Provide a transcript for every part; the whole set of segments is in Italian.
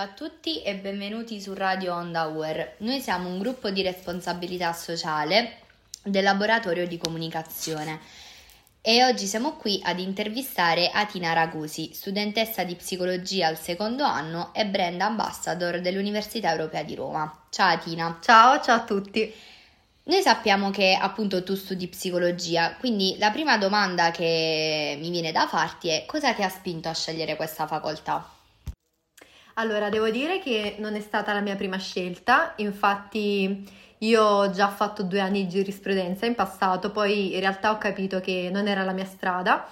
a tutti e benvenuti su Radio Onda Aware. Noi siamo un gruppo di responsabilità sociale del laboratorio di comunicazione e oggi siamo qui ad intervistare Atina Ragusi, studentessa di psicologia al secondo anno e brand ambassador dell'Università Europea di Roma. Ciao Atina. Ciao a tutti. Noi sappiamo che appunto tu studi psicologia, quindi la prima domanda che mi viene da farti è: cosa ti ha spinto a scegliere questa facoltà? Allora, devo dire che non è stata la mia prima scelta, infatti io ho già fatto 2 anni di giurisprudenza in passato, poi in realtà ho capito che non era la mia strada.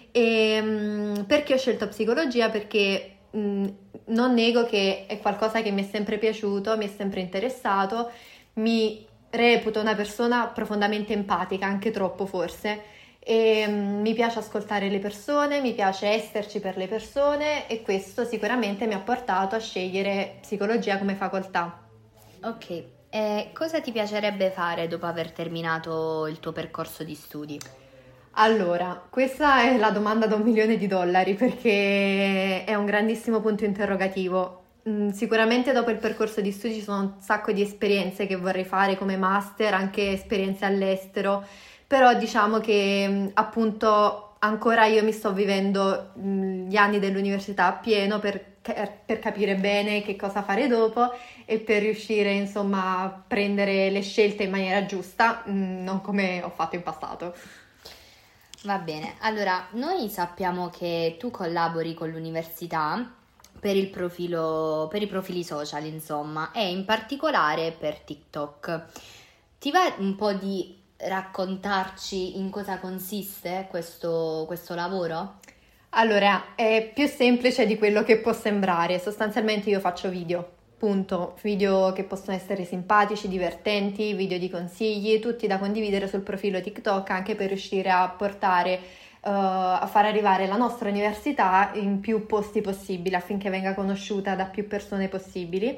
Perché ho scelto psicologia? Perché non nego che è qualcosa che mi è sempre piaciuto, mi è sempre interessato, mi reputo una persona profondamente empatica, anche troppo forse. E mi piace ascoltare le persone, mi piace esserci per le persone e questo sicuramente mi ha portato a scegliere psicologia come facoltà. Ok, e cosa ti piacerebbe fare dopo aver terminato il tuo percorso di studi? Allora, questa è la domanda da $1.000.000 perché è un grandissimo punto interrogativo. Sicuramente dopo il percorso di studi ci sono un sacco di esperienze che vorrei fare come master, anche esperienze all'estero. Però diciamo che appunto ancora io mi sto vivendo gli anni dell'università a pieno per capire bene che cosa fare dopo e per riuscire insomma a prendere le scelte in maniera giusta, non come ho fatto in passato. Va bene, allora noi sappiamo che tu collabori con l'università per i profili social, insomma, e in particolare per TikTok. Ti va un po' di raccontarci in cosa consiste questo lavoro? Allora, è più semplice di quello che può sembrare. Sostanzialmente io faccio video, punto. Video che possono essere simpatici, divertenti, video di consigli, tutti da condividere sul profilo TikTok anche per riuscire a portare, a far arrivare la nostra università in più posti possibili affinché venga conosciuta da più persone possibili.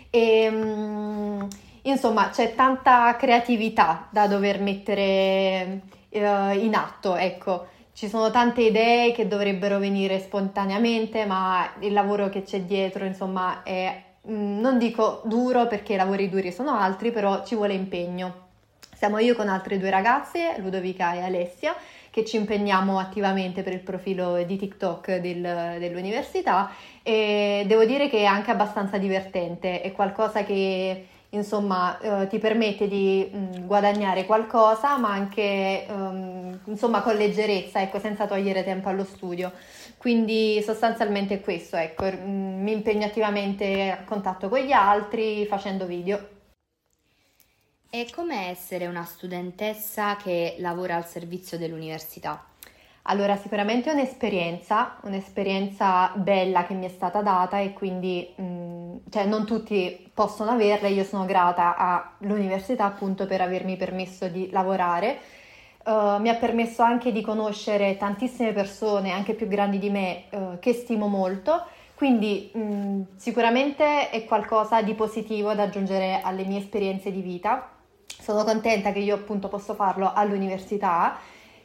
Insomma, c'è tanta creatività da dover mettere in atto, ecco. Ci sono tante idee che dovrebbero venire spontaneamente, ma il lavoro che c'è dietro, insomma, è, non dico duro perché i lavori duri sono altri, però ci vuole impegno. Siamo io con altre 2 ragazze, Ludovica e Alessia, che ci impegniamo attivamente per il profilo di TikTok dell'università e devo dire che è anche abbastanza divertente, è qualcosa che insomma ti permette di guadagnare qualcosa ma anche insomma con leggerezza, ecco, senza togliere tempo allo studio. Quindi sostanzialmente è questo, ecco, mi impegno attivamente a contatto con gli altri facendo video. E com'è essere una studentessa che lavora al servizio dell'università? Allora, sicuramente è un'esperienza bella che mi è stata data e quindi cioè non tutti possono averla. Io sono grata all'università appunto per avermi permesso di lavorare. Mi ha permesso anche di conoscere tantissime persone, anche più grandi di me, che stimo molto. Quindi sicuramente è qualcosa di positivo da aggiungere alle mie esperienze di vita. Sono contenta che io appunto posso farlo all'università.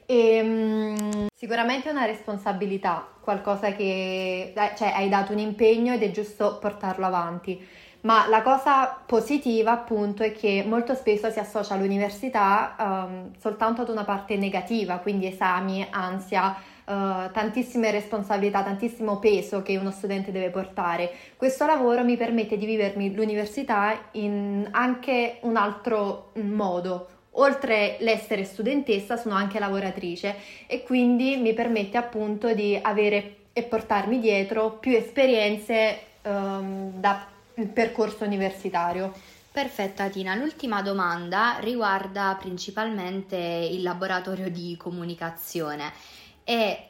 E sicuramente è una responsabilità, qualcosa che cioè, hai dato un impegno ed è giusto portarlo avanti. Ma la cosa positiva appunto è che molto spesso si associa all'università soltanto ad una parte negativa, quindi esami, ansia, tantissime responsabilità, tantissimo peso che uno studente deve portare. Questo lavoro mi permette di vivermi l'università in anche un altro modo. Oltre l'essere studentessa sono anche lavoratrice e quindi mi permette appunto di avere e portarmi dietro più esperienze dal percorso universitario. Perfetto Atina, l'ultima domanda riguarda principalmente il laboratorio di comunicazione e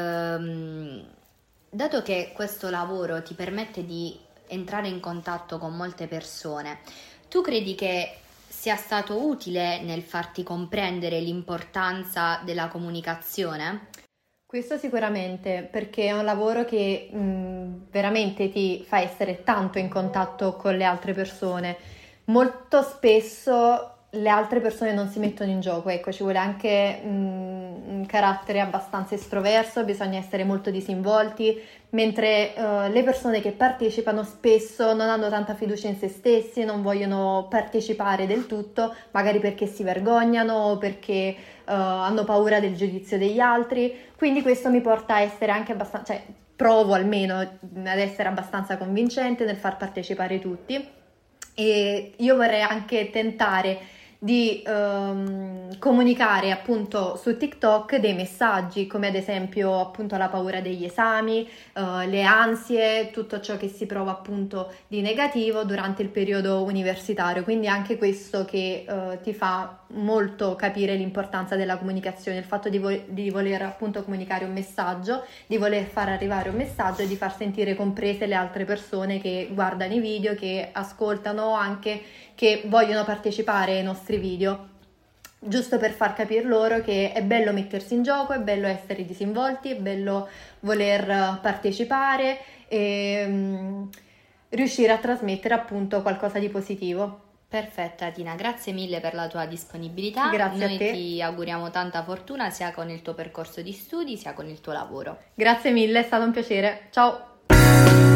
dato che questo lavoro ti permette di entrare in contatto con molte persone, tu credi che sia stato utile nel farti comprendere l'importanza della comunicazione? Questo sicuramente, perché è un lavoro che veramente ti fa essere tanto in contatto con le altre persone. Molto spesso le altre persone non si mettono in gioco, ecco, ci vuole anche un carattere abbastanza estroverso, bisogna essere molto disinvolti, mentre le persone che partecipano spesso non hanno tanta fiducia in se stessi, non vogliono partecipare del tutto, magari perché si vergognano o perché hanno paura del giudizio degli altri, quindi questo mi porta a essere anche abbastanza, cioè provo almeno ad essere abbastanza convincente nel far partecipare tutti. E io vorrei anche tentare di comunicare appunto su TikTok dei messaggi come ad esempio appunto la paura degli esami, le ansie, tutto ciò che si prova appunto di negativo durante il periodo universitario, quindi anche questo che ti fa molto capire l'importanza della comunicazione, il fatto di voler appunto comunicare un messaggio, di voler far arrivare un messaggio e di far sentire comprese le altre persone che guardano i video, che ascoltano, anche che vogliono partecipare ai nostri video, giusto per far capire loro che è bello mettersi in gioco, è bello essere disinvolti, è bello voler partecipare e riuscire a trasmettere appunto qualcosa di positivo. Perfetta Tina, grazie mille per la tua disponibilità. Grazie a Noi te. ti auguriamo tanta fortuna sia con il tuo percorso di studi sia con il tuo lavoro. Grazie mille, è stato un piacere. Ciao!